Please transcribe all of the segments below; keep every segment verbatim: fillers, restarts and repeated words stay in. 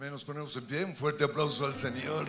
Amén. Nos ponemos en pie. Un fuerte aplauso al Señor.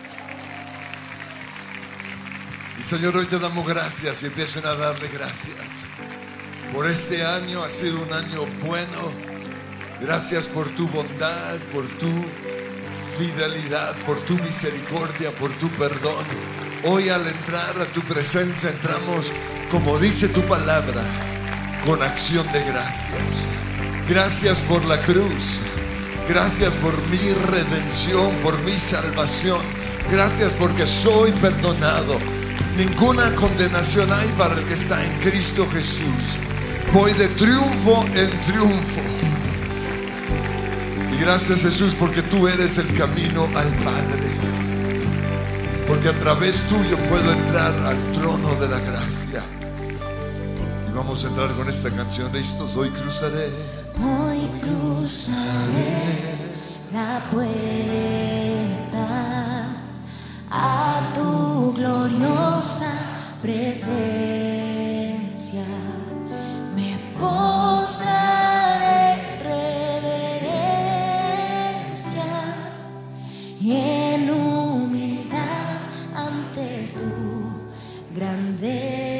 Y Señor, hoy te damos gracias y empiecen a darle gracias por este año. Ha sido un año bueno. Gracias por tu bondad, por tu fidelidad, por tu misericordia, por tu perdón. Hoy al entrar a tu presencia entramos, como dice tu palabra, con acción de gracias. Gracias por la cruz. Gracias por mi redención, por mi salvación. Gracias porque soy perdonado. Ninguna condenación hay para el que está en Cristo Jesús. Voy de triunfo en triunfo. Y gracias, Jesús, porque tú eres el camino al Padre. Porque a través tuyo puedo entrar al trono de la gracia. Y vamos a entrar con esta canción. ¿Listos? Hoy cruzaré. Hoy cruzaré la puerta a tu gloriosa presencia. Me postraré en reverencia y en humildad ante tu grandeza.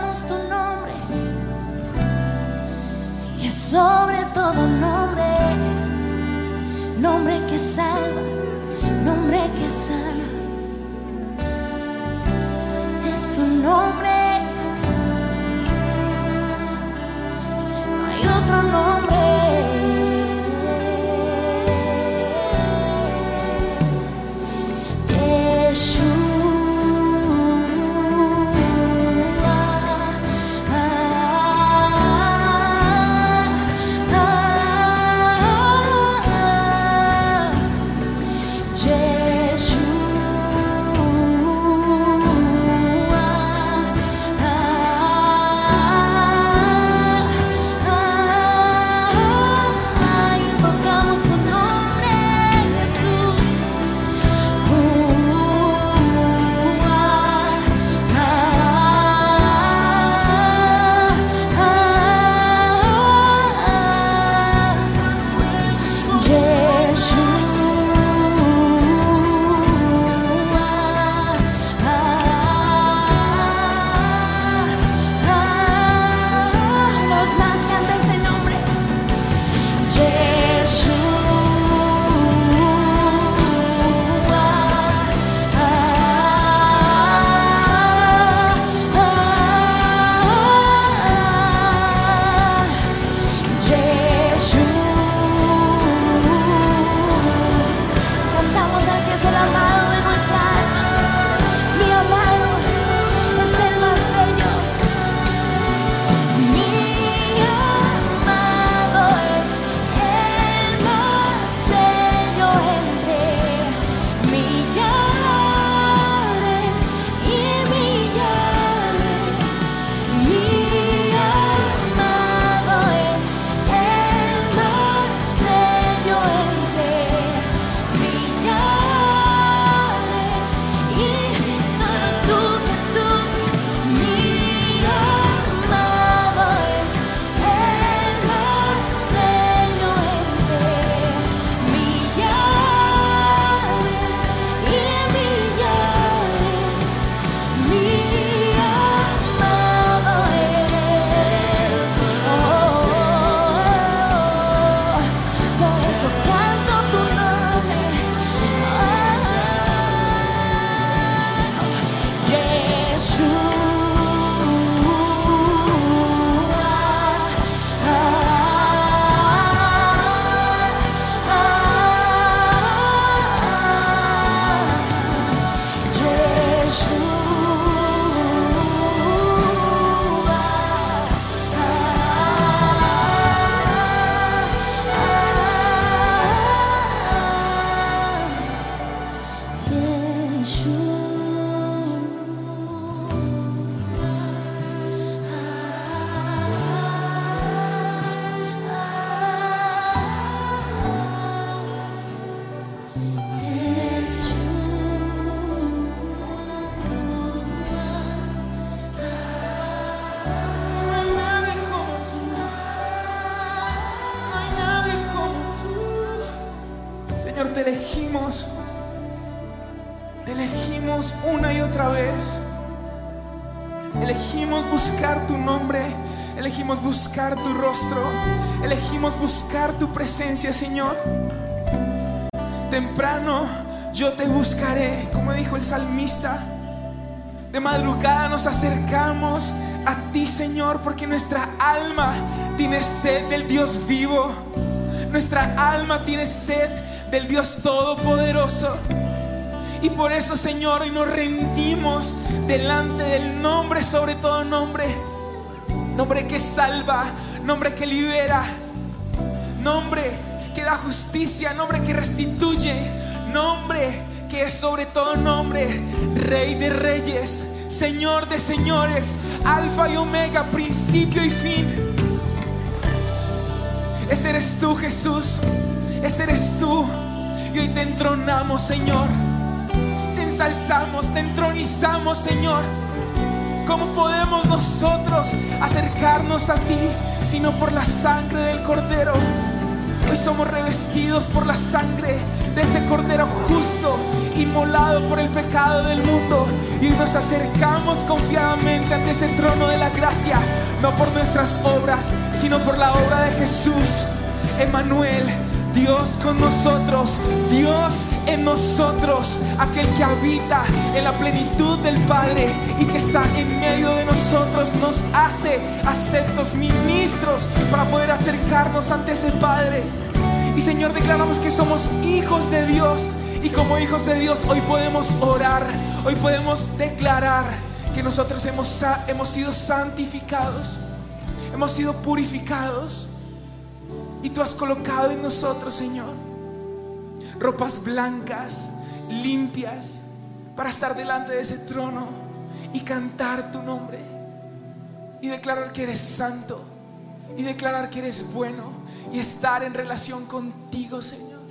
invocamos tu nombre, y es sobre todo nombre, nombre que salva, nombre que sana. Es tu nombre, no hay otro nombre. Te elegimos, te elegimos una y otra vez. Elegimos buscar tu nombre, elegimos buscar tu rostro, elegimos buscar tu presencia, Señor. Temprano yo te buscaré, como dijo el salmista. De madrugada nos acercamos a ti, Señor, porque nuestra alma tiene sed del Dios vivo. Nuestra alma tiene sed del Dios Todopoderoso. Y por eso, Señor, hoy nos rendimos delante del nombre sobre todo nombre. Nombre que salva, nombre que libera, nombre que da justicia, nombre que restituye, nombre que es sobre todo nombre. Rey de reyes, Señor de señores, Alfa y Omega, principio y fin. Ese eres tú, Jesús. Ese eres tú. Y hoy te entronamos, Señor. Te ensalzamos, te entronizamos, Señor. ¿Cómo podemos nosotros acercarnos a ti sino por la sangre del Cordero? Hoy somos revestidos por la sangre de ese Cordero justo, inmolado por el pecado del mundo. Y nos acercamos confiadamente ante ese trono de la gracia, no por nuestras obras, sino por la obra de Jesús. Emmanuel, Dios con nosotros, Dios en nosotros, aquel que habita en la plenitud del Padre y que está en medio de nosotros, nos hace aceptos ministros para poder acercarnos ante ese Padre. Y Señor, declaramos que somos hijos de Dios, y como hijos de Dios hoy podemos orar, hoy podemos declarar que nosotros hemos, hemos sido santificados, hemos sido purificados. Y tú has colocado en nosotros, Señor, ropas blancas, limpias, para estar delante de ese trono y cantar tu nombre y declarar que eres santo y declarar que eres bueno y estar en relación contigo, Señor.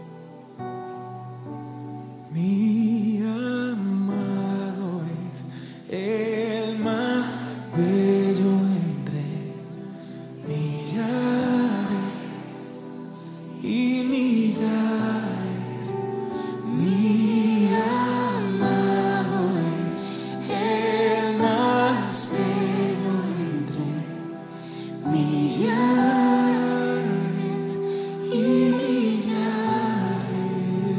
Mi amado es el más bello entre millares y millares. Mi amado es el más bello entre millares y millares.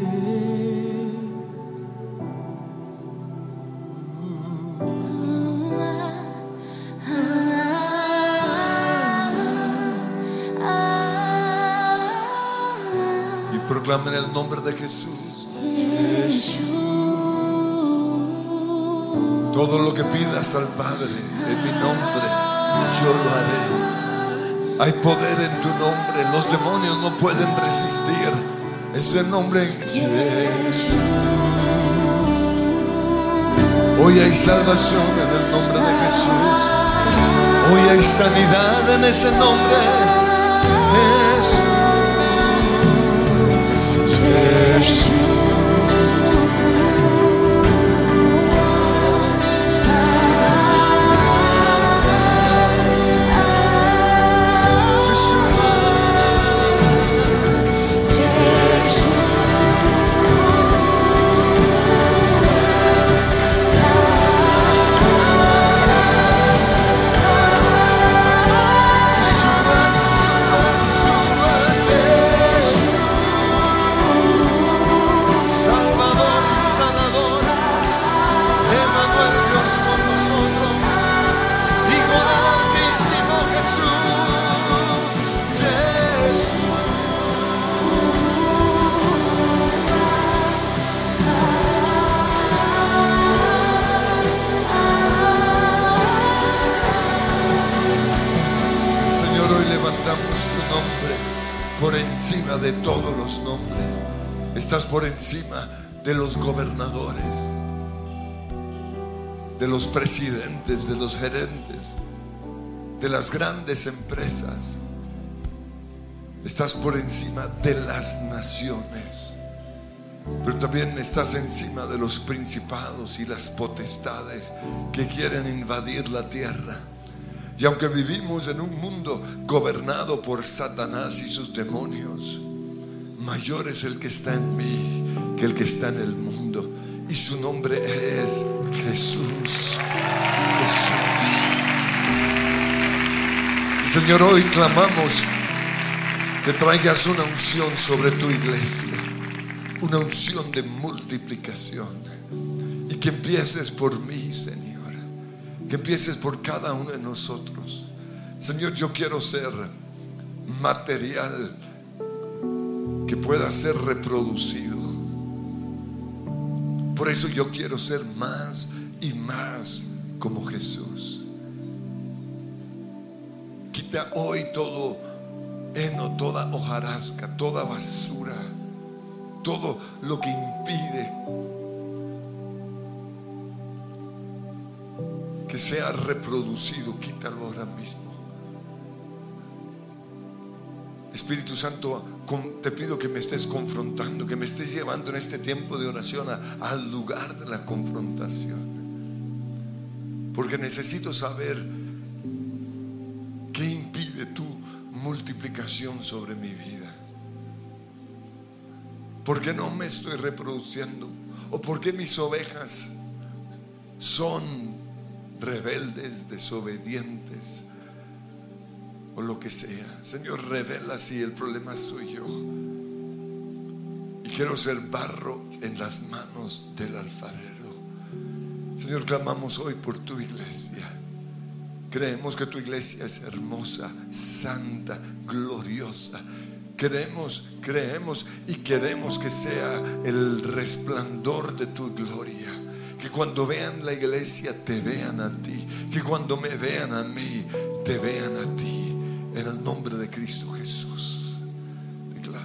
Proclamen el nombre de Jesús. Jesús. Todo lo que pidas al Padre en mi nombre, yo lo haré. Hay poder en tu nombre. Los demonios no pueden resistir ese nombre en Jesús. Hoy hay salvación en el nombre de Jesús. Hoy hay sanidad en ese nombre. Jesús. Jesús. Por encima de todos los nombres, estás por encima de los gobernadores, de los presidentes, de los gerentes, de las grandes empresas. Estás por encima de las naciones, pero también estás encima de los principados y las potestades que quieren invadir la tierra. Y aunque vivimos en un mundo gobernado por Satanás y sus demonios, mayor es el que está en mí que el que está en el mundo. Y su nombre es Jesús. Jesús. Y Señor, hoy clamamos que traigas una unción sobre tu iglesia, una unción de multiplicación, y que empieces por mí, Señor. Que empieces por cada uno de nosotros. Señor, yo quiero ser material que pueda ser reproducido. Por eso yo quiero ser más y más como Jesús. Quita hoy todo heno, toda hojarasca, toda basura, todo lo que impide que sea reproducido. Quítalo ahora mismo. Espíritu Santo, te pido que me estés confrontando, que me estés llevando en este tiempo de oración a, al lugar de la confrontación, porque necesito saber qué impide tu multiplicación sobre mi vida. ¿Por qué no me estoy reproduciendo? ¿O por qué mis ovejas son rebeldes, desobedientes? O lo que sea. Señor, revela si el problema soy yo. Y quiero ser barro en las manos del alfarero. Señor, clamamos hoy por tu iglesia. Creemos que tu iglesia es hermosa, santa, gloriosa. Creemos, creemos y queremos que sea el resplandor de tu gloria. Que cuando vean la iglesia te vean a ti. Que cuando me vean a mí te vean a ti. En el nombre de Cristo Jesús. Declara.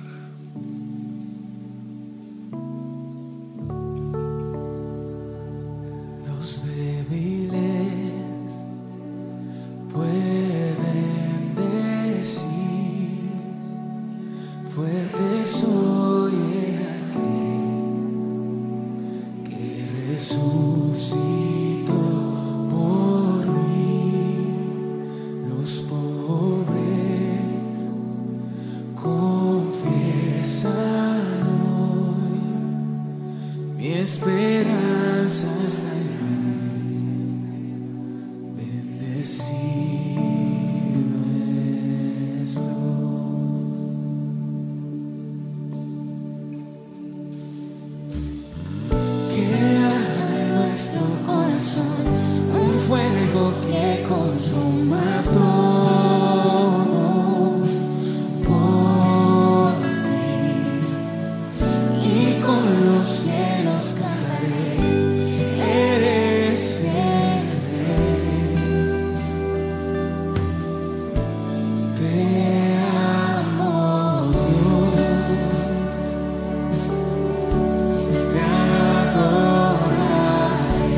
Los débiles pueden decir: fuerte soy en aquel que resucitó por mí. Los pobres confiesan hoy: mi esperanza está en mí. Bendecido estoy. Que arda en nuestro corazón un fuego que consuma todo por ti, y con los cielos cantaré: eres el Rey. Te amo, Dios, te adoraré.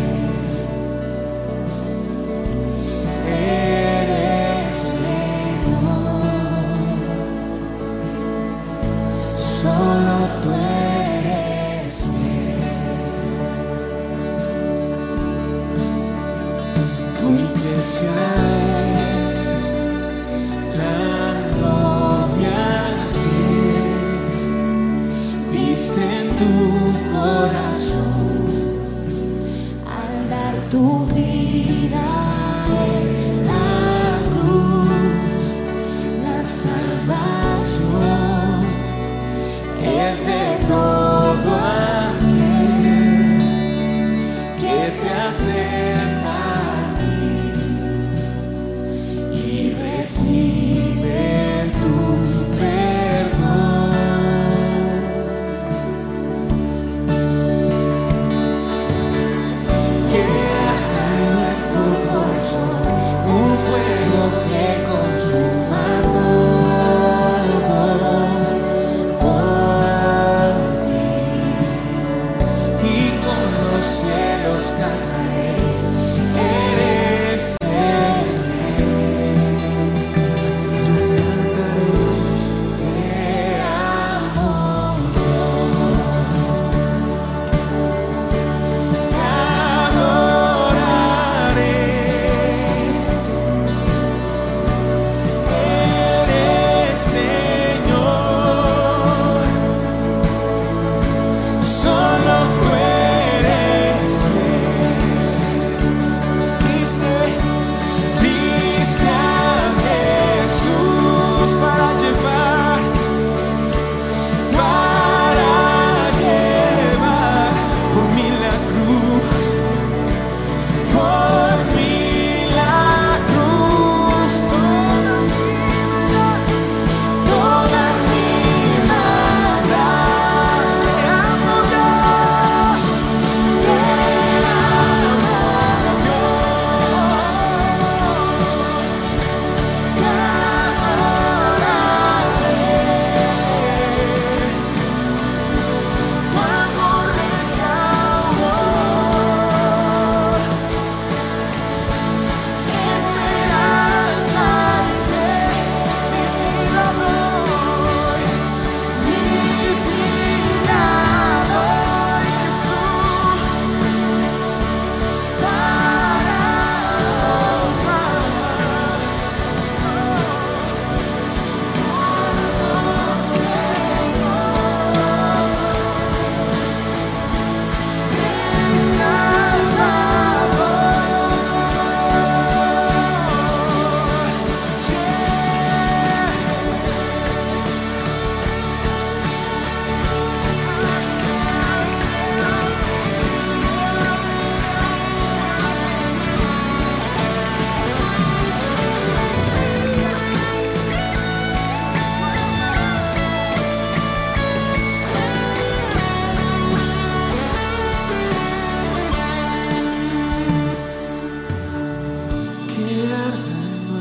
Eres Señor, solo tú eres fiel. Tu iglesia es la novia que viste en tu corazón al dar tu vida en la cruz. La salvación es de todo aquel que te acerca a ti y recibe tu perdón. Que arda en nuestro corazón un fuego que consuma todo por ti, y con los cielos cantaré: eres el Rey. A ti yo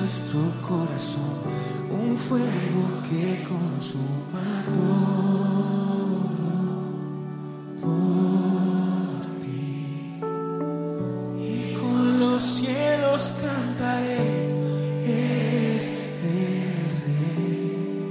nuestro corazón un fuego que consuma todo por ti. Y con los cielos cantaré, eres el Rey.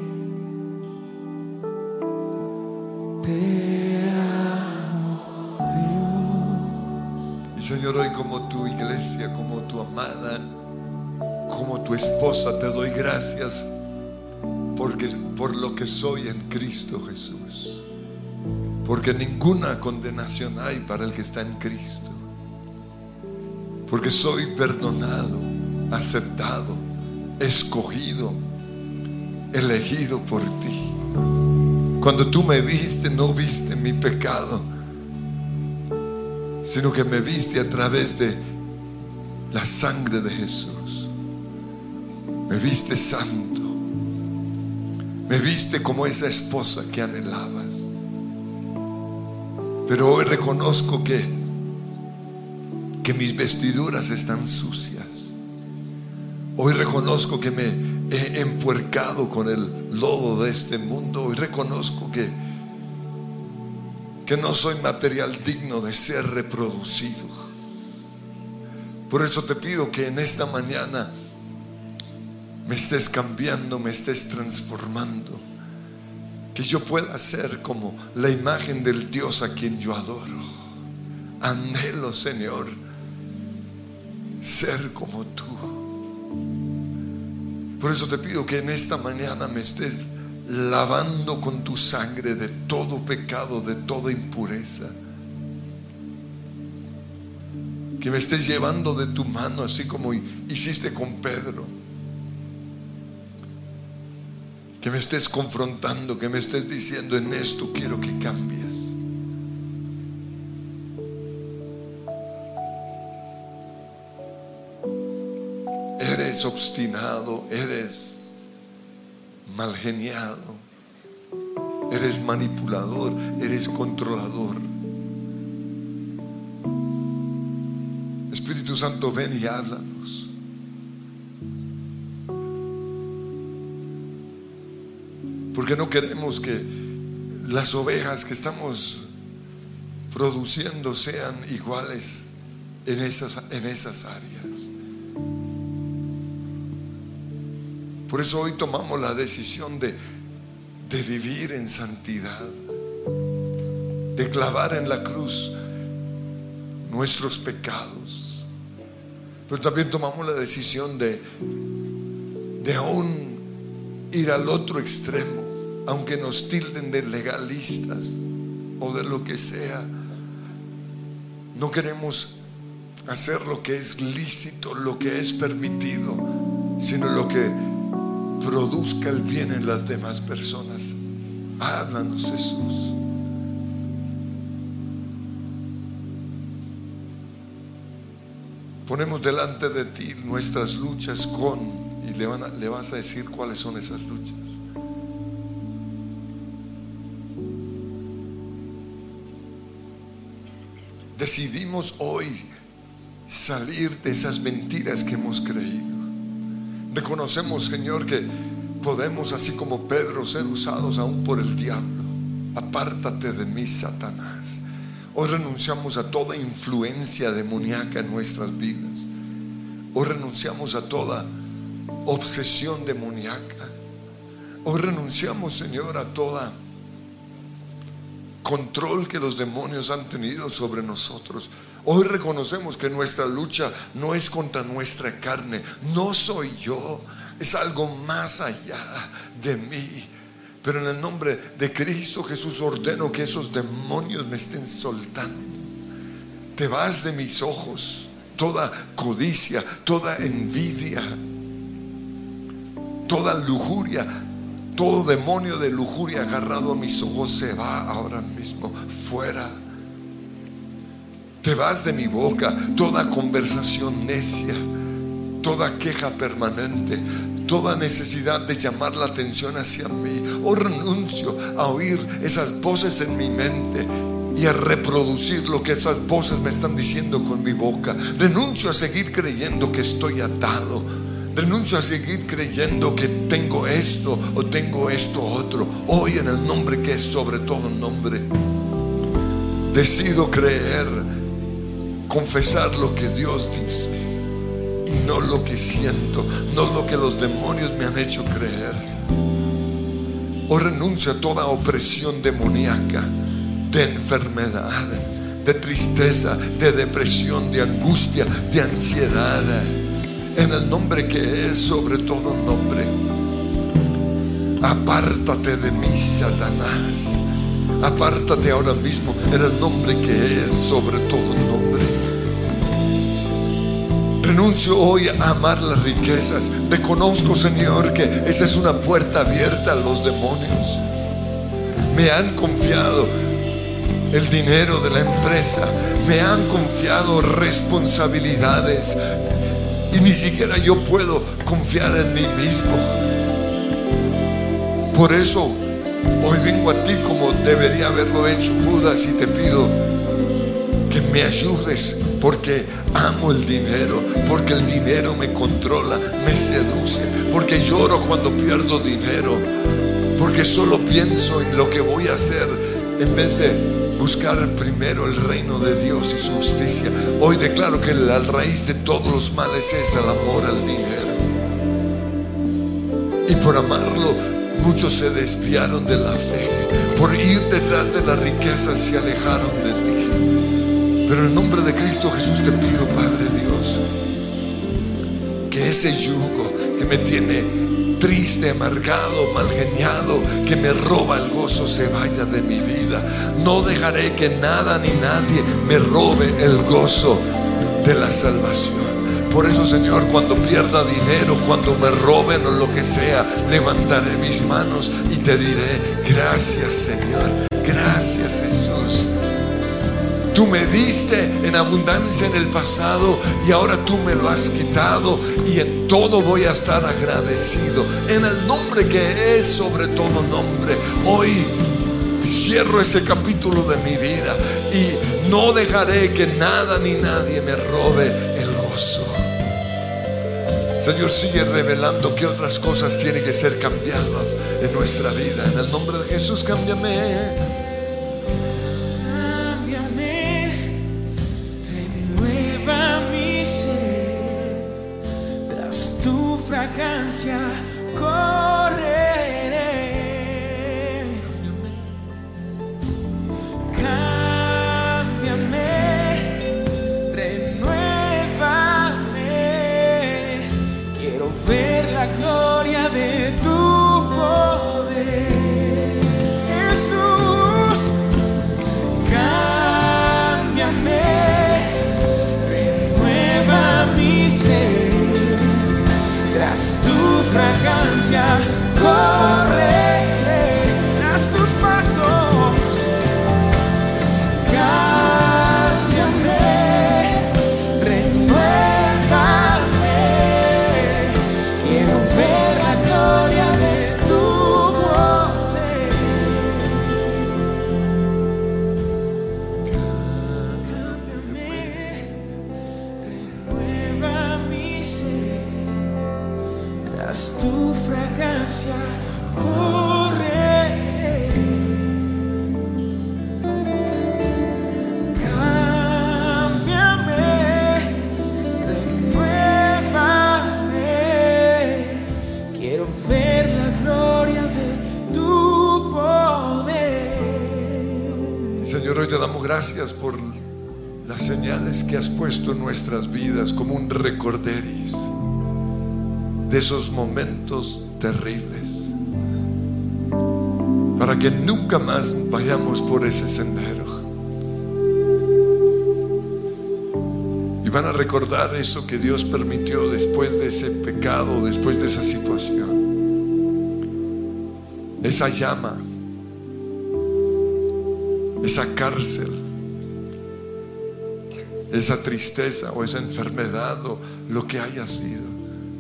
Te amo, Dios. Y Señor, hoy como tu iglesia, como tu amada, como tu esposa, te doy gracias porque, por lo que soy en Cristo Jesús. Porque ninguna condenación hay para el que está en Cristo. Porque soy perdonado, aceptado, escogido, elegido por ti. Cuando tú me viste, no viste mi pecado, sino que me viste a través de la sangre de Jesús. Me viste santo. Me viste como esa esposa que anhelabas. Pero hoy reconozco que, que mis vestiduras están sucias. Hoy reconozco que me he empuercado con el lodo de este mundo. Hoy reconozco que, que no soy material digno de ser reproducido. Por eso te pido que en esta mañana me estés cambiando, me estés transformando, que yo pueda ser como la imagen del Dios a quien yo adoro. Anhelo, Señor, ser como tú. Por eso te pido que en esta mañana me estés lavando con tu sangre de todo pecado, de toda impureza. Que me estés llevando de tu mano, así como hiciste con Pedro. Que me estés confrontando, que me estés diciendo: en esto quiero que cambies. Eres obstinado, eres malgeniado, eres manipulador, eres controlador. Espíritu Santo, ven y háblanos. Porque no queremos que las ovejas que estamos produciendo sean iguales en esas, en esas áreas. Por eso hoy tomamos la decisión de, de vivir en santidad, de clavar en la cruz nuestros pecados. Pero también tomamos la decisión de, de aún ir al otro extremo, aunque nos tilden de legalistas o de lo que sea. No queremos hacer lo que es lícito, lo que es permitido, sino lo que produzca el bien en las demás personas. Háblanos, Jesús. Ponemos delante de ti nuestras luchas con, y le, van a, le vas a decir cuáles son esas luchas. Decidimos hoy salir de esas mentiras que hemos creído. Reconocemos, Señor, que podemos, así como Pedro, ser usados aún por el diablo. Apártate de mí, Satanás. Hoy renunciamos a toda influencia demoníaca en nuestras vidas. Hoy renunciamos a toda obsesión demoníaca. Hoy renunciamos, Señor, a toda control que los demonios han tenido sobre nosotros. Hoy reconocemos que nuestra lucha no es contra nuestra carne. No soy yo, es algo más allá de mí. Pero en el nombre de Cristo Jesús ordeno que esos demonios me estén soltando. Te vas de mis ojos toda codicia, toda envidia, toda lujuria. Todo demonio de lujuria agarrado a mis ojos se va ahora mismo fuera. Te vas de mi boca toda conversación necia, toda queja permanente, toda necesidad de llamar la atención hacia mí. Oh, renuncio a oír esas voces en mi mente y a reproducir lo que esas voces me están diciendo con mi boca. Renuncio a seguir creyendo que estoy atado. Renuncio a seguir creyendo que tengo esto o tengo esto otro. Hoy, en el nombre que es sobre todo nombre, decido creer, confesar lo que Dios dice y no lo que siento, no lo que los demonios me han hecho creer. Hoy renuncio a toda opresión demoníaca, de enfermedad, de tristeza, de depresión, de angustia, de ansiedad, en el nombre que es sobre todo nombre. Apártate de mí, Satanás. Apártate ahora mismo en el nombre que es sobre todo nombre. Renuncio hoy a amar las riquezas. Reconozco, Señor, que esa es una puerta abierta a los demonios. Me han confiado el dinero de la empresa, me han confiado responsabilidades y ni siquiera yo puedo confiar en mí mismo. Por eso hoy vengo a ti como debería haberlo hecho Judas y te pido que me ayudes, porque amo el dinero, porque el dinero me controla, me seduce, porque lloro cuando pierdo dinero, porque solo pienso en lo que voy a hacer en vez de buscar primero el reino de Dios y su justicia. Hoy declaro que la raíz de todos los males es el amor al dinero, y por amarlo muchos se desviaron de la fe. Por ir detrás de las riquezas se alejaron de ti. Pero en el nombre de Cristo Jesús te pido, Padre Dios, que ese yugo que me tiene triste, amargado, malgeniado, que me roba el gozo, se vaya de mi vida. No dejaré que nada ni nadie me robe el gozo de la salvación. Por eso, Señor, cuando pierda dinero, cuando me roben o lo que sea, levantaré mis manos y te diré: gracias, Señor, gracias, Jesús. Tú me diste en abundancia en el pasado y ahora tú me lo has quitado, y en todo voy a estar agradecido. En el nombre que es sobre todo nombre, hoy cierro ese capítulo de mi vida y no dejaré que nada ni nadie me robe el gozo. Señor, sigue revelando qué otras cosas tienen que ser cambiadas en nuestra vida. En el nombre de Jesús, cámbiame. Tu fragancia correré. Cámbiame, renuévame. Quiero ver la gloria de tu poder, Jesús. Cámbiame, renueva mi ser. Tras tu fragancia correré, tras tus pasos. Cámbiame, renuévame. Quiero ver la gloria de tu poder. Cámbiame, renueva mi ser. Tras tu fragancia correré. Cámbiame, renuévame. Quiero ver la gloria de tu poder. Señor, hoy te damos gracias por las señales que has puesto en nuestras vidas como un recorderis de esos momentos terribles, para que nunca más vayamos por ese sendero. Y van a recordar eso que Dios permitió después de ese pecado, después de esa situación, esa llama, esa cárcel, esa tristeza o esa enfermedad o lo que haya sido.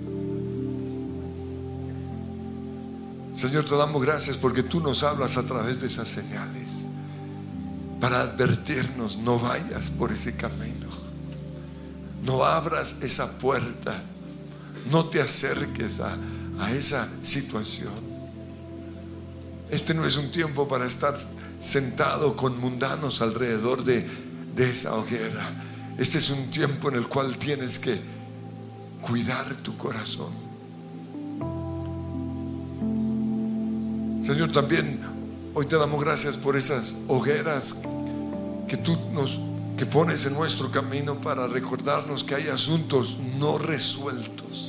Señor, te damos gracias porque tú nos hablas a través de esas señales para advertirnos: no vayas por ese camino, no abras esa puerta, no te acerques a, a esa situación. Este no es un tiempo para estar sentado con mundanos alrededor de, de esa hoguera. Este es un tiempo en el cual tienes que cuidar tu corazón. Señor, también hoy te damos gracias por esas hogueras que tú nos que pones en nuestro camino para recordarnos que hay asuntos no resueltos.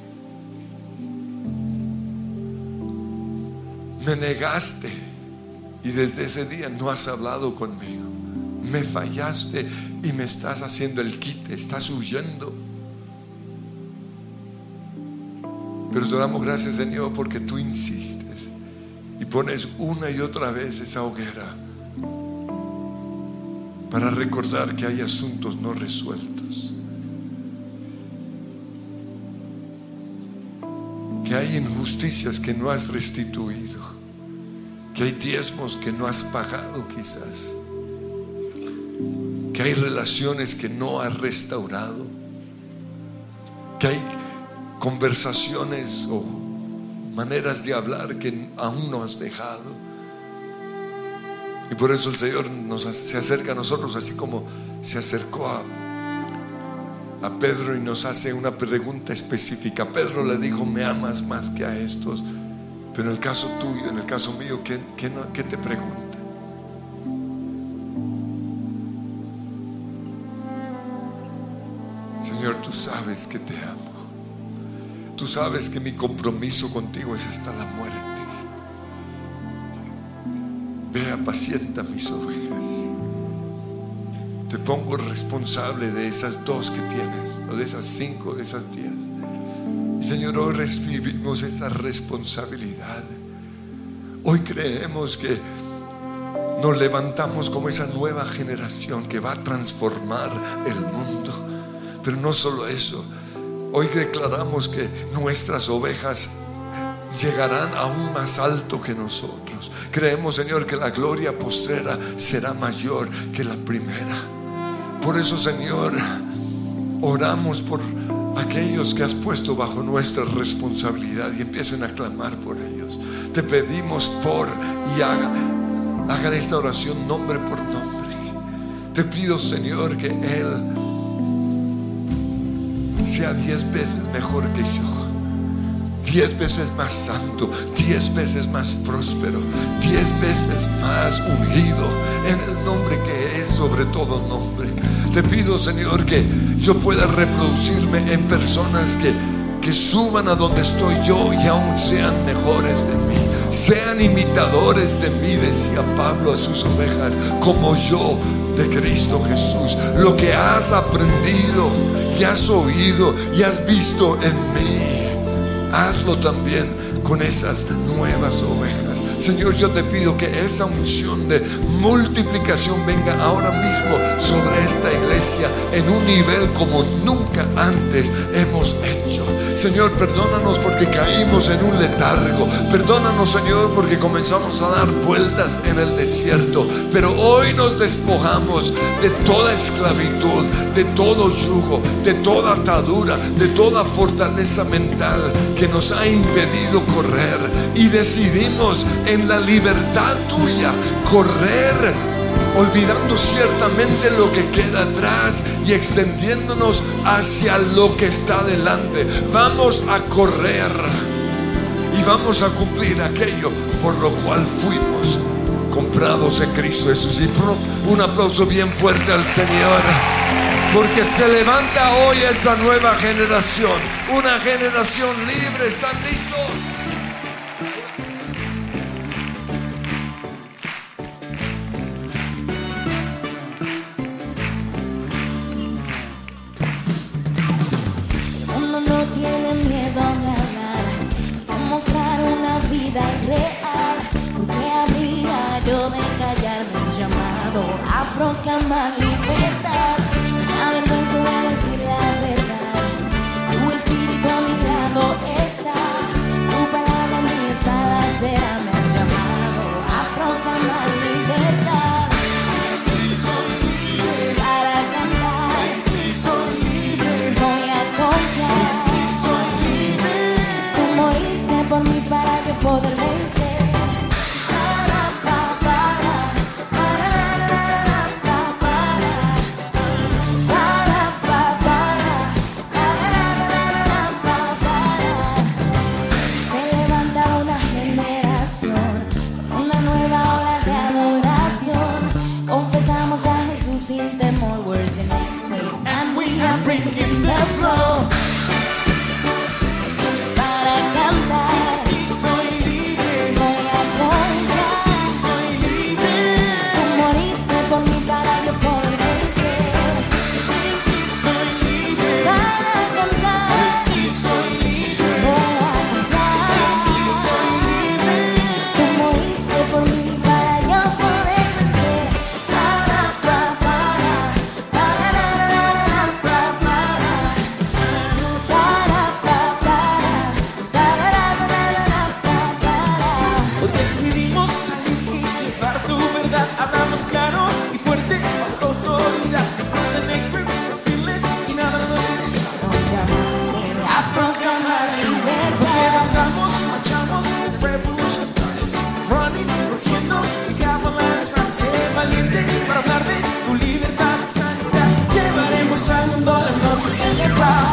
Me negaste y desde ese día no has hablado conmigo. Me fallaste y me estás haciendo el quite, estás huyendo. Pero te damos gracias, Señor, porque tú insistes y pones una y otra vez esa hoguera para recordar que hay asuntos no resueltos, que hay injusticias que no has restituido, que hay diezmos que no has pagado quizás, que hay relaciones que no has restaurado, que hay conversaciones o maneras de hablar que aún no has dejado. Y por eso el Señor nos, se acerca a nosotros, así como se acercó a, a Pedro y nos hace una pregunta específica. Pedro le dijo: me amas más que a estos. Pero en el caso tuyo, en el caso mío, ¿qué, qué, no, qué te pregunta? Señor, tú sabes que te amo. Tú sabes que mi compromiso contigo es hasta la muerte. Ve, apacienta mis ovejas. Te pongo responsable de esas dos que tienes, o de esas cinco, de esas diez. Y Señor, hoy recibimos esa responsabilidad. Hoy creemos que nos levantamos como esa nueva generación que va a transformar el mundo. Pero no solo eso, hoy declaramos que nuestras ovejas llegarán aún más alto que nosotros. Creemos, Señor, que la gloria postrera será mayor que la primera. Por eso, Señor, oramos por aquellos que has puesto bajo nuestra responsabilidad y empiecen a clamar por ellos. Te pedimos por y haga, hagan esta oración nombre por nombre. Te pido, Señor, que Él sea diez veces mejor que yo, diez veces más santo, diez veces más próspero, diez veces más ungido en el nombre que es sobre todo nombre. Te pido, Señor, que yo pueda reproducirme en personas que, que suban a donde estoy yo y aún sean mejores de mí, sean imitadores de mí, decía Pablo a sus ovejas, como yo de Cristo Jesús. Lo que has aprendido y has oído y has visto en mí, hazlo también con esas nuevas ovejas. Señor, yo te pido que esa unción de multiplicación venga ahora mismo sobre esta iglesia en un nivel como nunca antes hemos hecho. Señor, perdónanos porque caímos en un letargo. Perdónanos, Señor, porque comenzamos a dar vueltas en el desierto. Pero hoy nos despojamos de toda esclavitud, de todo yugo, de toda atadura, de toda fortaleza mental que nos ha impedido correr. Y decidimos en la libertad tuya correr, olvidando ciertamente lo que queda atrás y extendiéndonos hacia lo que está delante. Vamos a correr y vamos a cumplir aquello por lo cual fuimos comprados en Cristo Jesús. Y un aplauso bien fuerte al Señor, porque se levanta hoy esa nueva generación, una generación libre. ¿Están listos? Mostrar una vida irreal, porque habría yo de callarme, es llamado a proclamar libertad. Me avergüenzo de decir la verdad, tu espíritu a mi lado está, tu palabra mi espada será, me has llamado a proclamar libertad. Y soy libre para cantar, y soy libre, voy a confiar, y soy libre. poder vencer. Sin temor, we're the next wave, and we are breaking the flow. Para cantar, Y soy libre, voy a contar. y soy libre, Tú moriste por mí para yo poder vencer. y soy libre, Para cantar, y soy libre, voy a contar. y soy libre. Tú moriste por mí para yo poder vencer. Para, pa, para, para, para, para, para, para, para, para, para, para. Hoy decidimos salir y llevar tu verdad. Hablamos claro y fuerte bajo autoridad. We're the next wave, we're fearless y nada nos detiene. Nos llamaste a proclamar Nos libertad. levantamos, marchamos, the revolution starts. Running, rugiendo, we have a land to run. Sé valiente para hablar de tu libertad y sanidad. Llevaremos al mundo las noticias de paz.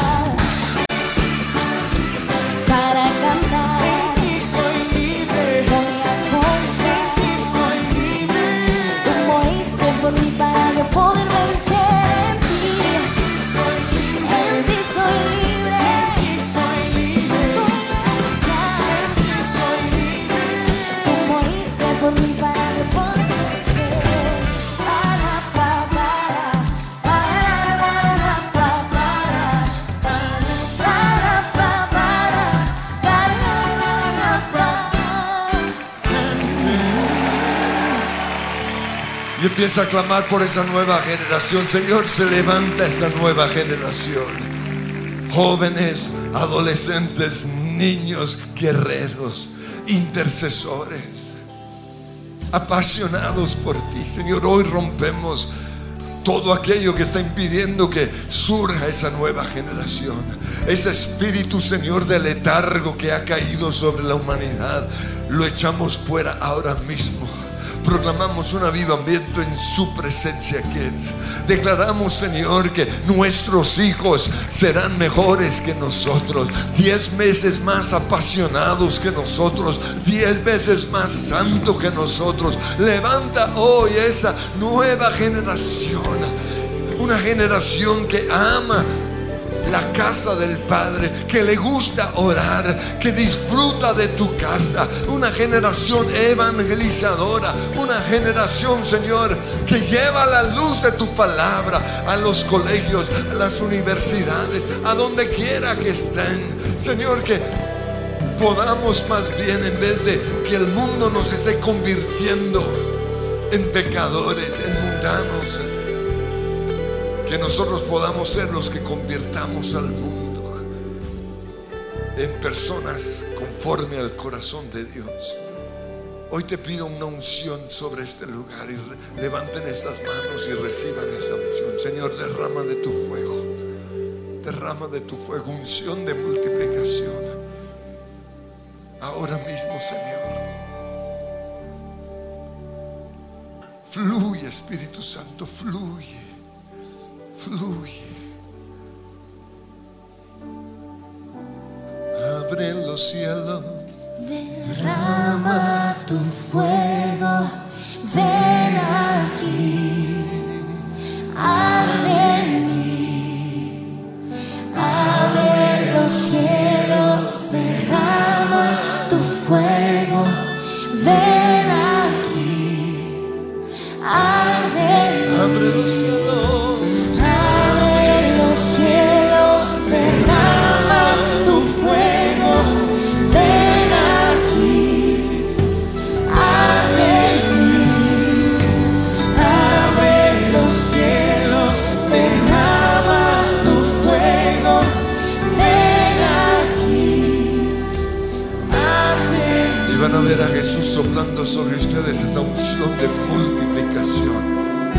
Para cantar, Y soy libre, voy a contar. y soy libre, Tú moriste por mí para yo poder vencer en ti. y soy libre, En ti soy libre. y soy libre, Voy a contar. y soy libre. Tú moriste por mí para yo poder vencer. Para, pa, para, para, para, para, para, para, pa, para, para, para, para. Y empieza a clamar por esa nueva generación. Señor, se levanta esa nueva generación. Jóvenes, adolescentes, niños, guerreros, intercesores, apasionados por ti. Señor, hoy rompemos todo aquello que está impidiendo que surja esa nueva generación. Ese espíritu, Señor, de letargo que ha caído sobre la humanidad, lo echamos fuera ahora mismo. Proclamamos un avivamiento en su presencia, kids. Declaramos, Señor, que nuestros hijos serán mejores que nosotros, diez veces más apasionados que nosotros, diez veces más santos que nosotros. Levanta hoy esa nueva generación, una generación que ama la casa del Padre, que le gusta orar, que disfruta de tu casa. Una generación evangelizadora, una generación, Señor, que lleva la luz de tu palabra a los colegios, a las universidades, a donde quiera que estén. Señor, que podamos más bien, en vez de que el mundo nos esté convirtiendo en pecadores, en mundanos, que nosotros podamos ser los que convirtamos al mundo en personas conforme al corazón de Dios. Hoy te pido una unción sobre este lugar, y re- levanten esas manos y reciban esa unción. Señor, derrama de tu fuego, derrama de tu fuego, unción de multiplicación. Ahora mismo, Señor, fluye, Espíritu Santo, fluye. Fluye. Abre los cielos. Derrama tu fuego, ven aquí, arde en mí, abre los cielos, derrama tu fuego, ven aquí, arde en mí, Abre los cielos. abre los cielos, derrama tu fuego, ven aquí, arde en mí, abre los cielos, derrama tu fuego, ven aquí, arde en mí. Y van a ver a Jesús soplando sobre ustedes esa unción de multiplicación.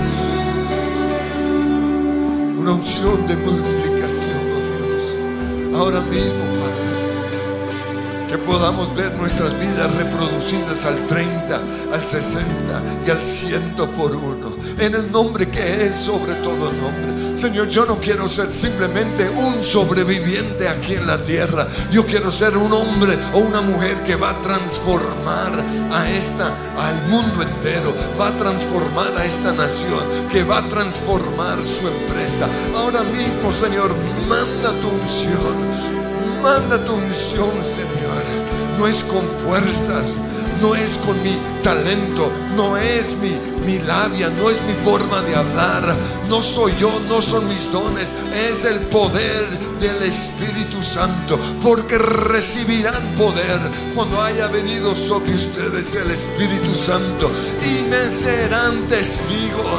Una unción de multiplicación, oh Dios. Ahora mismo, Padre. Que podamos ver nuestras vidas reproducidas al treinta, al sesenta y al ciento por uno, en el nombre que es sobre todo nombre. Señor, yo no quiero ser simplemente un sobreviviente aquí en la tierra. Yo quiero ser un hombre o una mujer que va a transformar a esta, al mundo entero, va a transformar a esta nación, que va a transformar su empresa. Ahora mismo, Señor, manda tu unción. Manda tu unción, Señor. No es con fuerzas, no es con mi talento, no es mi, mi labia, no es mi forma de hablar, no soy yo, no son mis dones, es el poder del Espíritu Santo, porque recibirán poder cuando haya venido sobre ustedes el Espíritu Santo y me serán testigos.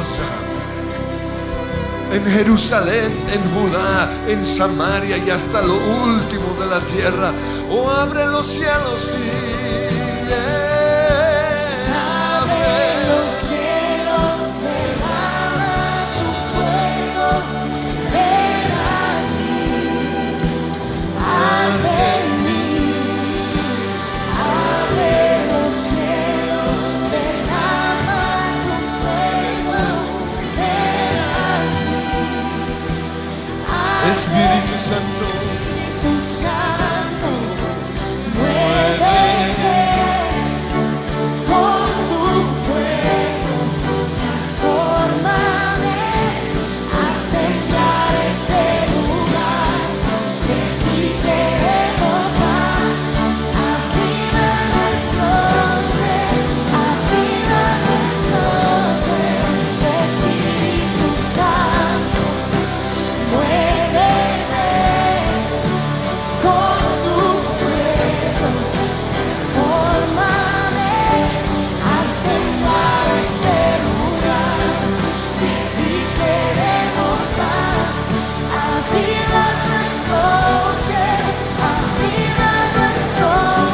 En Jerusalén, en Judá, en Samaria y hasta lo último de la tierra. Oh, abre los cielos y yeah. Abre los cielos, derrama tu fuego, ven aquí, arde en mí. Abre los cielos, derrama tu fuego, ven aquí. Espíritu Santo, Espíritu Santo, muévete con tu fuego, transfórmame, haz temblar este lugar. De ti queremos más, afina nuestro ser, afina nuestro ser. Espíritu Santo, muévete con tu fuego, transfórmame, haz temblar este lugar. De ti queremos más, afina nuestro ser, afina nuestro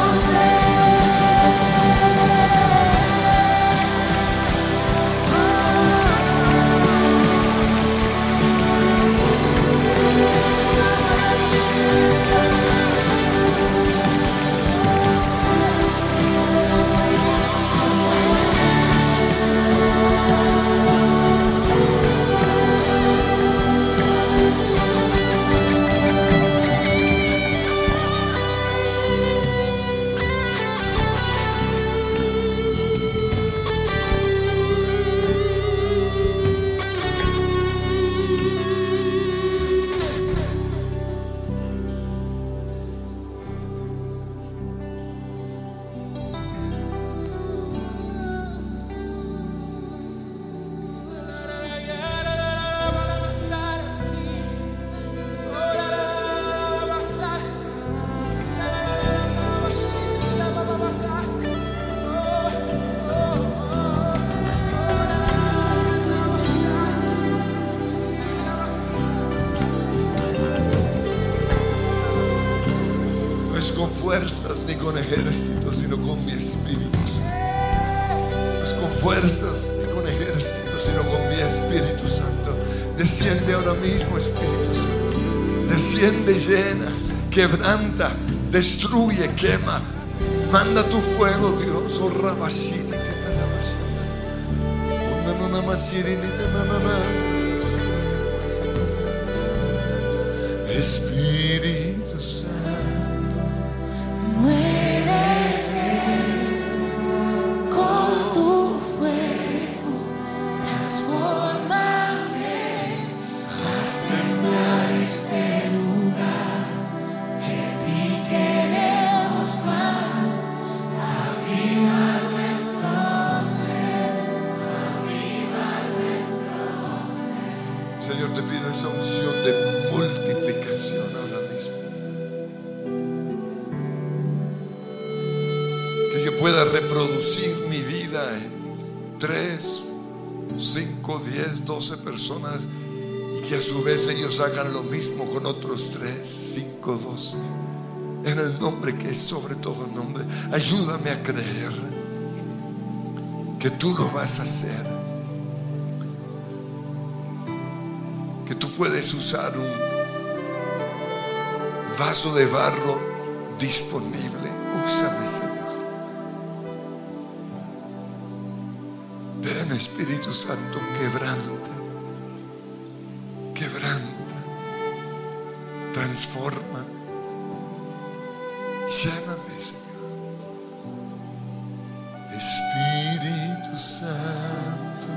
no es con fuerzas ni con ejércitos, sino con mi Espíritu. No es con fuerzas ni con ejércitos, sino con mi Espíritu Santo. Desciende ahora mismo, Espíritu Santo. Desciende y llena, quebranta, destruye, quema. Manda tu fuego, Dios. Oh, rabashiri, tetarabashana. Oh, nanamasiri, nananana. Espíritu Santo. muévete con tu fuego, transfórmame, haz temblar este lugar. De ti queremos más, aviva nuestro ser, aviva nuestro ser. Señor, te pido esa unción de multiplicación ahora mismo. Que yo pueda reproducir mi vida en tres, cinco, diez, doce personas y que a su vez ellos hagan lo mismo con otros tres, cinco, doce. En el nombre que es sobre todo nombre, ayúdame a creer que tú lo vas a hacer. Que tú puedes usar un vaso de barro disponible. Úsame, Señor. Ven, Espíritu Santo, quebranta, quebranta, transforma, lléname, Señor. Espíritu Santo,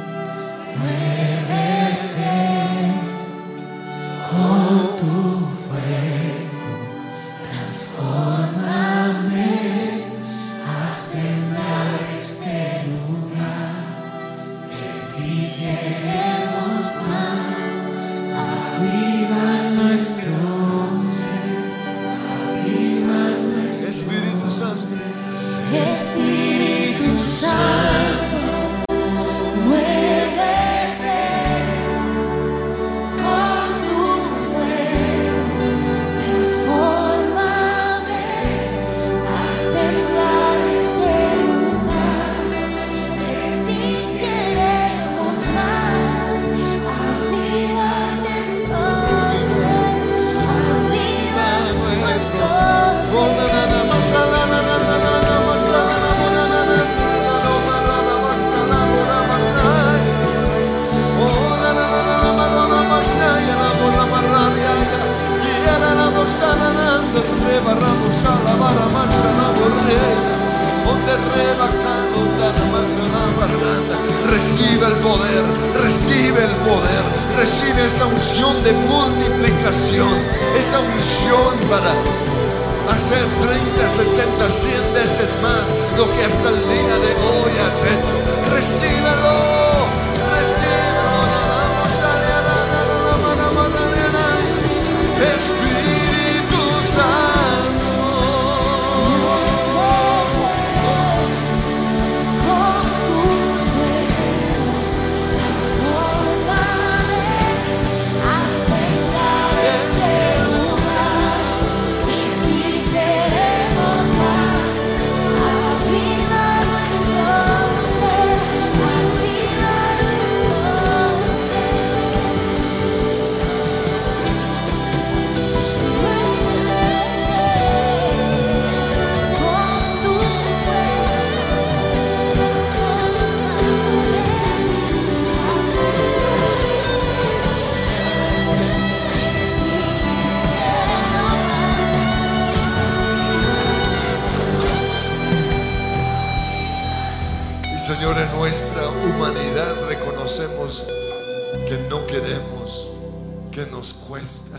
muévete con tu fuego, transfórmame, haz temblar este lugar. De ti queremos más, aviva nuestro ser, aviva nuestro Espíritu Santo, Espíritu Santo, muévete con tu fuego, transfórmame, haz temblar este lugar. De ti queremos más, aviva nuestro ser, aviva nuestro ser. Recibe el poder, recibe el poder, recibe esa unción de multiplicación, esa unción para hacer treinta, sesenta, cien veces más lo que hasta el día de hoy has hecho. Recíbelo, recíbelo. Espíritu Santo, Con tu fuego, transfórmame, haz temblar este lugar. De ti queremos más, aviva nuestro ser, aviva nuestro ser. Con tu fuego, transfórmame, haz y Señor, en nuestra humanidad reconocemos que no queremos, que nos cuesta.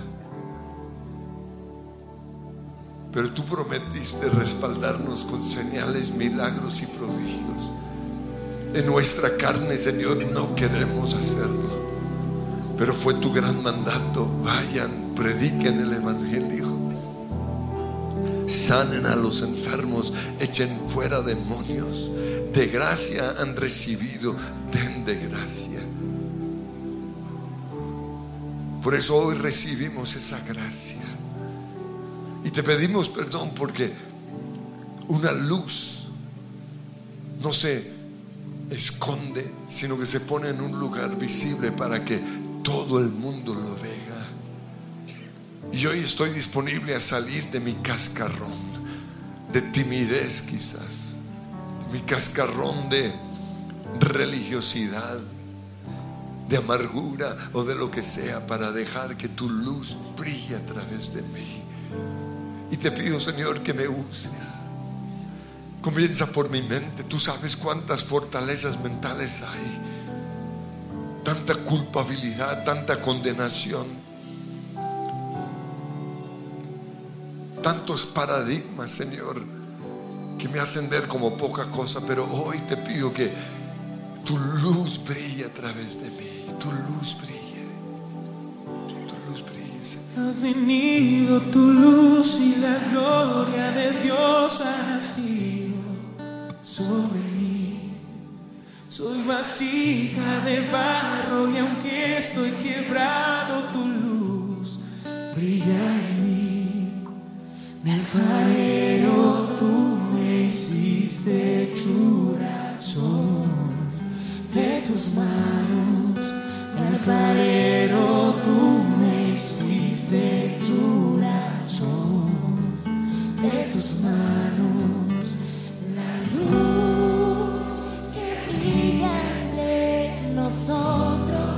Pero tú prometiste respaldarnos con señales, milagros y prodigios. En nuestra carne, Señor, no queremos hacerlo. Pero fue tu gran mandato: vayan, prediquen el Evangelio, sanen a los enfermos, echen fuera demonios. De gracia han recibido, den de gracia. Por eso hoy recibimos esa gracia. Y te pedimos perdón porque una luz no se esconde, sino que se pone en un lugar visible para que todo el mundo lo vea. Y hoy estoy disponible a salir de mi cascarrón de timidez, quizás, mi cascarrón de religiosidad, de amargura o de lo que sea, para dejar que tu luz brille a través de mí. Y te pido, Señor, que me uses. Comienza por mi mente. Tú sabes cuántas fortalezas mentales hay, tanta culpabilidad, tanta condenación, tantos paradigmas, Señor, que me hacen ver como poca cosa. Pero hoy te pido que tu luz brille a través de mí. Tu luz brille, tu luz brille, Señor. Ha venido tu luz y la gloria de Dios ha nacido sobre mí. Soy vasija de barro y aunque estoy quebrado, tu luz brilla en mí. Mi alfarero, tú me hiciste hechura, son de tus manos. Mi alfarero, tú me hiciste hechura, son manos. La luz que brilla entre nosotros,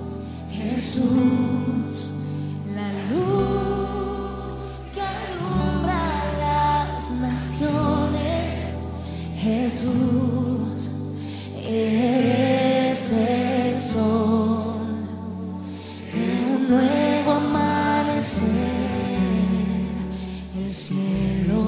Jesús. La luz que alumbra las naciones, Jesús. Eres el sol de un nuevo amanecer, el cielo.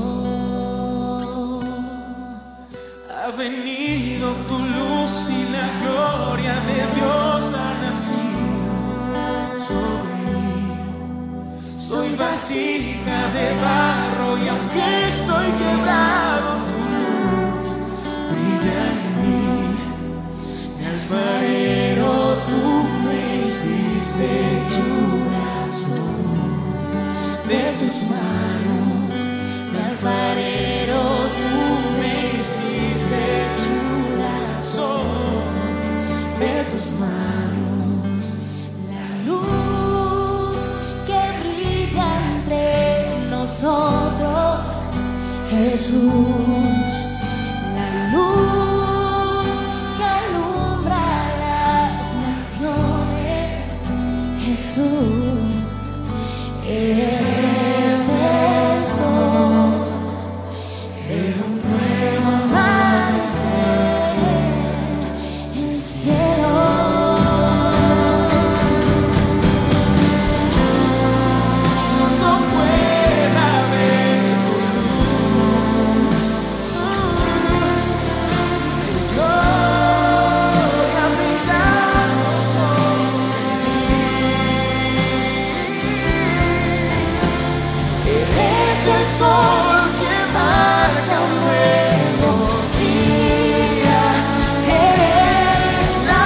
Ha venido tu luz y la gloria de Dios ha nacido sobre mí. Soy vasija de barro y aunque estoy quebrado, tu luz brilla en mí. Mi alfarero, tú me hiciste hechura soy de tus manos. Mi alfarero, tú me hiciste hechura soy de tus manos. La luz que brilla entre nosotros, Jesús. La luz que alumbra las naciones, Jesús. Eres el sol de un nuevo amanecer, el cielo. No pueda ver tu luz, tu gloria brillando sobre mí. Eres el sol que marca un nuevo día. Eres la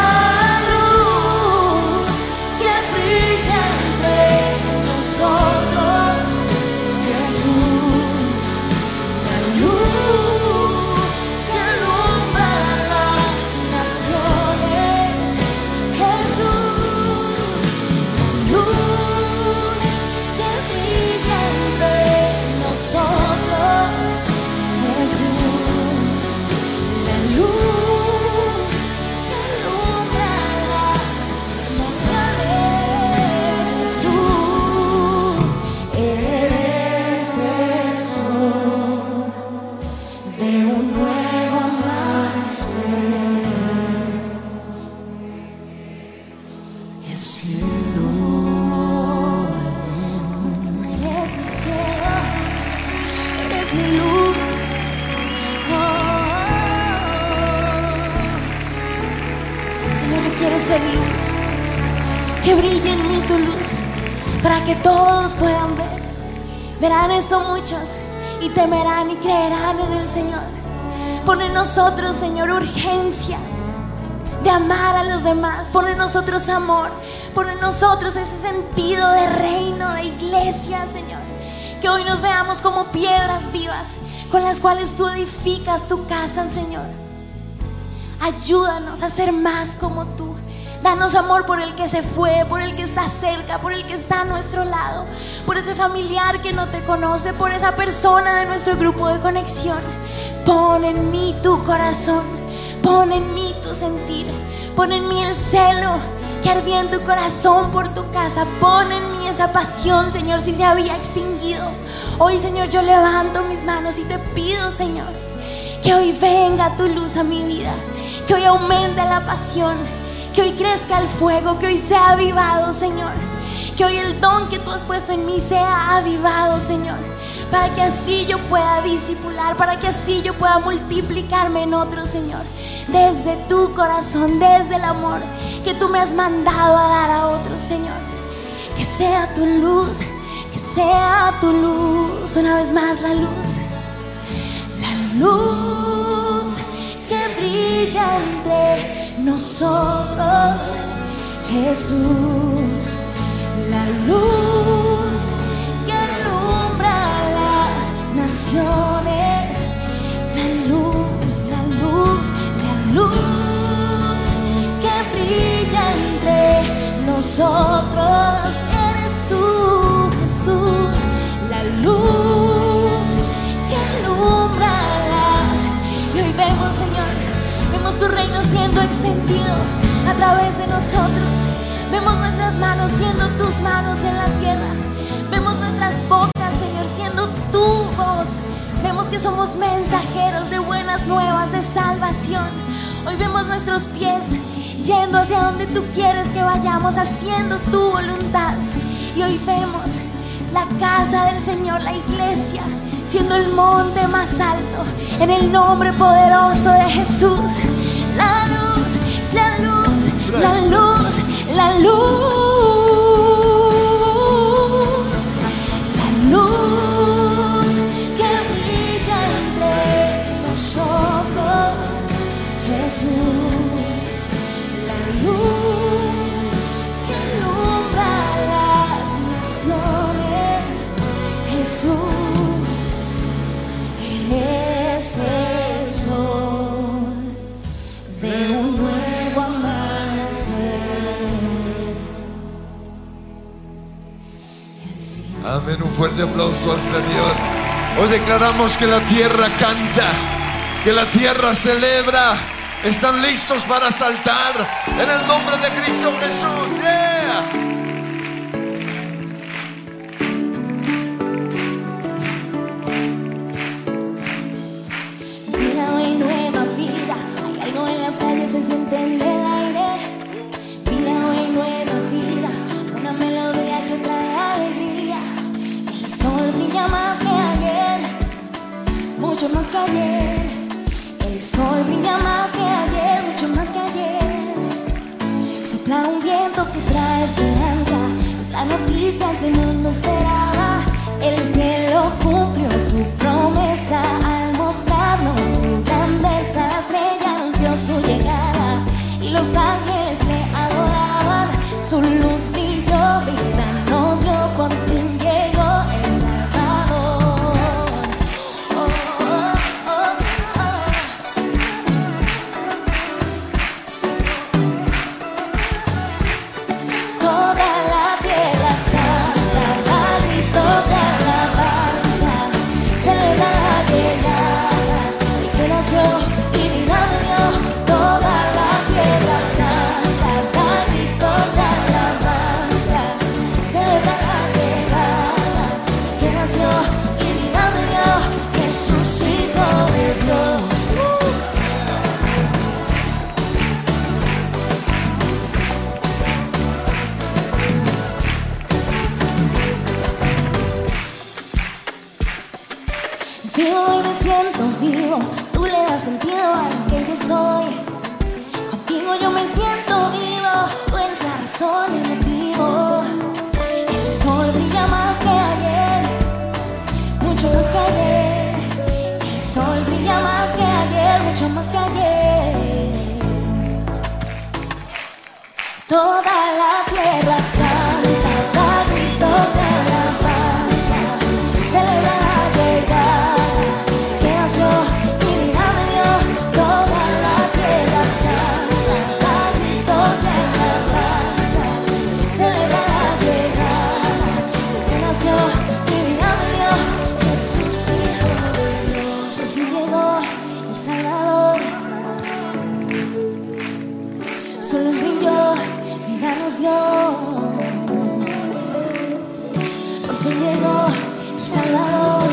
luz que brilla entre nosotros, Jesús. La luz que alumbra las naciones, Jesús. La luz que brilla entre nosotros, Jesús. La luz que alumbra las naciones, Jesús. Eres el sol de un nuevo amanecer, El cielo. eres mi cielo, eres mi luz. Oh. Señor, yo quiero ser luz, que brille en mí tu luz, para que todos puedan ver. Verán esto muchos y temerán y creerán en el Señor. Pon en nosotros, Señor, urgencia de amar a los demás. Pon en nosotros amor. Pon en nosotros ese sentido de reino, de iglesia, Señor. Que hoy nos veamos como piedras vivas con las cuales tú edificas tu casa, Señor. Ayúdanos a ser más como tú. Danos amor por el que se fue, por el que está cerca, por el que está a nuestro lado, por ese familiar que no te conoce, por esa persona de nuestro grupo de conexión. Pon en mí tu corazón, pon en mí tu sentir, pon en mí el celo que ardía en tu corazón por tu casa. Pon en mí esa pasión, Señor, si se había extinguido. Hoy, Señor, yo levanto mis manos y te pido, Señor, que hoy venga tu luz a mi vida, que hoy aumente la pasión, que hoy crezca el fuego, que hoy sea avivado, Señor. Que hoy el don que tú has puesto en mí sea avivado, Señor, para que así yo pueda discipular, para que así yo pueda multiplicarme en otros, Señor, desde tu corazón, desde el amor que tú me has mandado a dar a otros, Señor. Que sea tu luz, que sea tu luz, una vez más la luz, la luz que brilla entre nosotros, Jesús. La luz que alumbra las naciones, la luz, la luz, la luz que brilla entre nosotros, eres tú, Jesús. La luz que alumbra siendo extendido a través de nosotros. Vemos nuestras manos siendo tus manos en la tierra. Vemos nuestras bocas, Señor, siendo tu voz. Vemos que somos mensajeros de buenas nuevas, de salvación. Hoy vemos nuestros pies yendo hacia donde tú quieres que vayamos, haciendo tu voluntad. Y hoy vemos la casa del Señor, la iglesia, siendo el monte más alto, en el nombre poderoso de Jesús. La luz, la luz, la luz, la luz, la luz que brilla entre nosotros, Jesús. La luz que alumbra las naciones, Jesús. Eres el sol de un nuevo amanecer. Amén, un fuerte aplauso al Señor. Hoy declaramos que la tierra canta, que la tierra celebra. Están listos para saltar en el nombre de Cristo Jesús. Yeah. Vida hoy, nueva vida. Hay algo en las calles, se siente en el aire. Vida hoy, nueva vida. Una melodía que trae alegría. El sol brilla más que ayer, mucho más que ayer. El sol brilla más que ayer, mucho más que ayer. Sopla un viento que trae esperanza. Es la noticia que el mundo esperaba. El cielo cumplió su promesa al mostrarnos su grandeza. La estrella anunció su llegada y los ángeles le adoraban. Su luz brilló, vida nos dio, por fin llegó el Salvador. Oh, oh, oh, oh. Toda la tierra canta, da gritos de alabanza, celebra la llegada, el que nació y vida me dio. Toda la tierra canta, da gritos de alabanza, celebra la llegada, el que nació y vida me dio. Jesús, Hijo de Dios. Vivo y me siento vivo, tú le das sentido a lo que yo soy. Contigo yo me siento vivo, tú eres la razón y el motivo. El sol brilla más que ayer, mucho más que ayer. El sol brilla más que ayer, mucho más que ayer. Toda la tierra canta, da gritos de alabanza, celebra la llegada. Su luz brilló, vida nos dio. Por fin llegó el Salvador.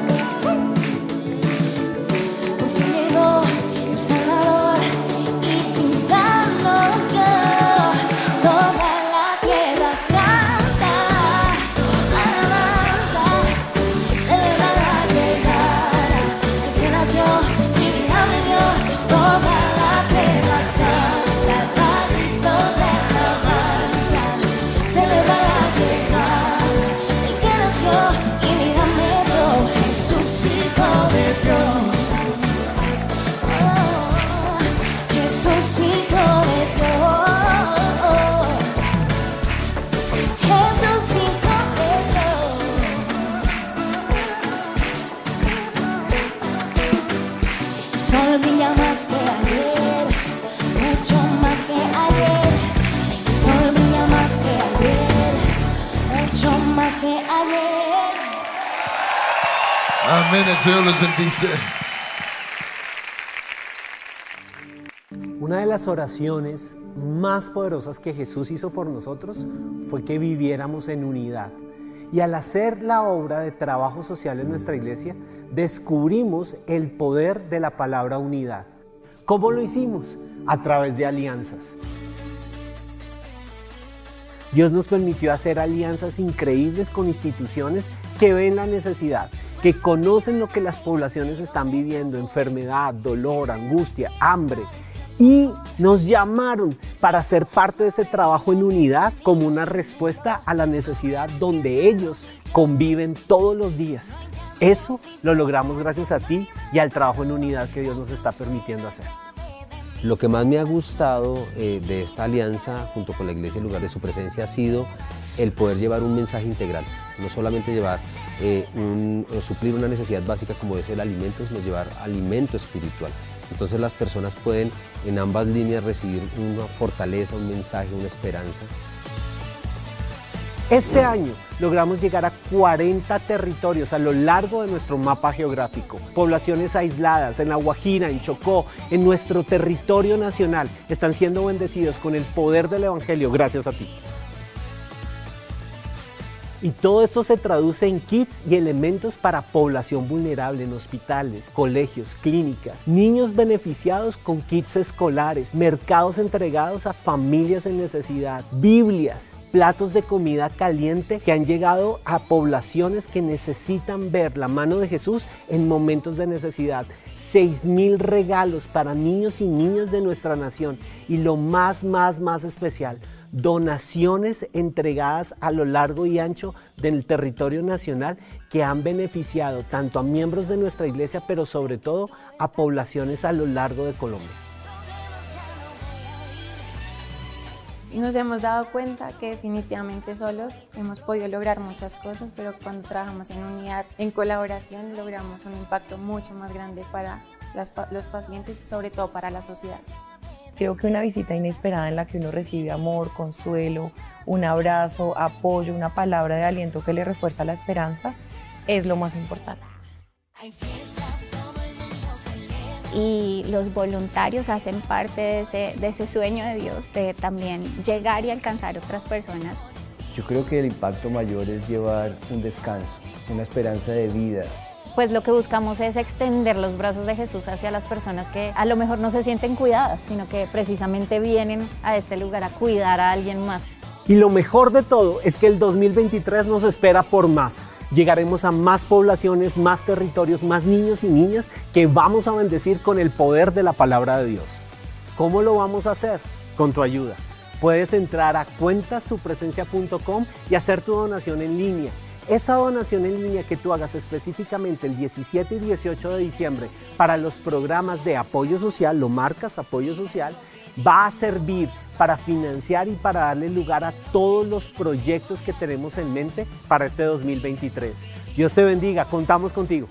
Por fin llegó el Salvador y vida nos dio. Toda la tierra canta alabanza, celebra la llegada, el que nació y vida me dio. Toda la tierra canta, Hijo de Dios. Oh, Jesús, Hijo de Dios. Jesús, Hijo de Dios. El sol brilla más que ayer, mucho más que ayer. El sol brilla más que ayer, mucho más que ayer. Amén, el Señor los bendice. Una de las oraciones más poderosas que Jesús hizo por nosotros fue que viviéramos en unidad. Y al hacer la obra de trabajo social en nuestra iglesia, descubrimos el poder de la palabra unidad. ¿Cómo lo hicimos? A través de alianzas. Dios nos permitió hacer alianzas increíbles con instituciones que ven la necesidad, que conocen lo que las poblaciones están viviendo, enfermedad, dolor, angustia, hambre, y nos llamaron para ser parte de ese trabajo en unidad como una respuesta a la necesidad donde ellos conviven todos los días. Eso lo logramos gracias a ti y al trabajo en unidad que Dios nos está permitiendo hacer. Lo que más me ha gustado eh, de esta alianza junto con la iglesia en lugar de su presencia ha sido el poder llevar un mensaje integral, no solamente llevar eh, un, suplir una necesidad básica como es el alimento, sino llevar alimento espiritual. Entonces las personas pueden en ambas líneas recibir una fortaleza, un mensaje, una esperanza. Este año logramos llegar a cuarenta territorios a lo largo de nuestro mapa geográfico. Poblaciones aisladas en La Guajira, en Chocó, en nuestro territorio nacional, están siendo bendecidos con el poder del Evangelio gracias a ti. Y todo esto se traduce en kits y elementos para población vulnerable en hospitales, colegios, clínicas, niños beneficiados con kits escolares, mercados entregados a familias en necesidad, Biblias, platos de comida caliente que han llegado a poblaciones que necesitan ver la mano de Jesús en momentos de necesidad. seis mil regalos para niños y niñas de nuestra nación y lo más, más, más especial, donaciones entregadas a lo largo y ancho del territorio nacional que han beneficiado tanto a miembros de nuestra iglesia, pero sobre todo a poblaciones a lo largo de Colombia. Nos hemos dado cuenta que definitivamente solos hemos podido lograr muchas cosas, pero cuando trabajamos en unidad, en colaboración, logramos un impacto mucho más grande para las, los pacientes y sobre todo para la sociedad. Creo que una visita inesperada en la que uno recibe amor, consuelo, un abrazo, apoyo, una palabra de aliento que le refuerza la esperanza es lo más importante. Y los voluntarios hacen parte de ese, de ese sueño de Dios, de también llegar y alcanzar otras personas. Yo creo que el impacto mayor es llevar un descanso, una esperanza de vida. Pues lo que buscamos es extender los brazos de Jesús hacia las personas que a lo mejor no se sienten cuidadas, sino que precisamente vienen a este lugar a cuidar a alguien más. Y lo mejor de todo es que el dos mil veintitrés nos espera por más. Llegaremos a más poblaciones, más territorios, más niños y niñas que vamos a bendecir con el poder de la palabra de Dios. ¿Cómo lo vamos a hacer? Con tu ayuda. Puedes entrar a cuentas su presencia punto com y hacer tu donación en línea. Esa donación en línea que tú hagas específicamente el diecisiete y dieciocho de diciembre para los programas de apoyo social, lo marcas apoyo social, va a servir para financiar y para darle lugar a todos los proyectos que tenemos en mente para este dos mil veintitrés. Dios te bendiga, contamos contigo.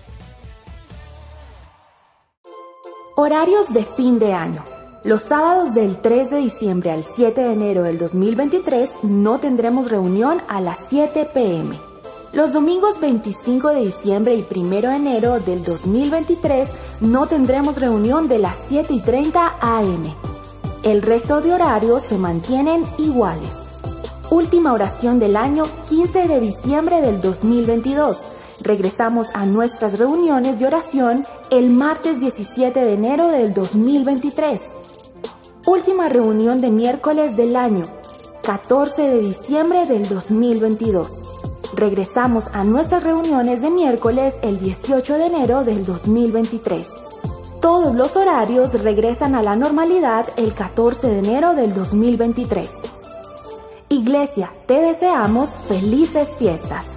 Horarios de fin de año. Los sábados del tres de diciembre al siete de enero del dos mil veintitrés no tendremos reunión a las siete pe eme. Los domingos veinticinco de diciembre y primero de enero del dos mil veintitrés no tendremos reunión de las siete y treinta a eme. El resto de horarios se mantienen iguales. Última oración del año, quince de diciembre del dos mil veintidós. Regresamos a nuestras reuniones de oración el martes diecisiete de enero del dos mil veintitrés. Última reunión de miércoles del año, catorce de diciembre del dos mil veintidós. Regresamos a nuestras reuniones de miércoles el dieciocho de enero del dos mil veintitrés. Todos los horarios regresan a la normalidad el catorce de enero del dos mil veintitrés. Iglesia, te deseamos felices fiestas.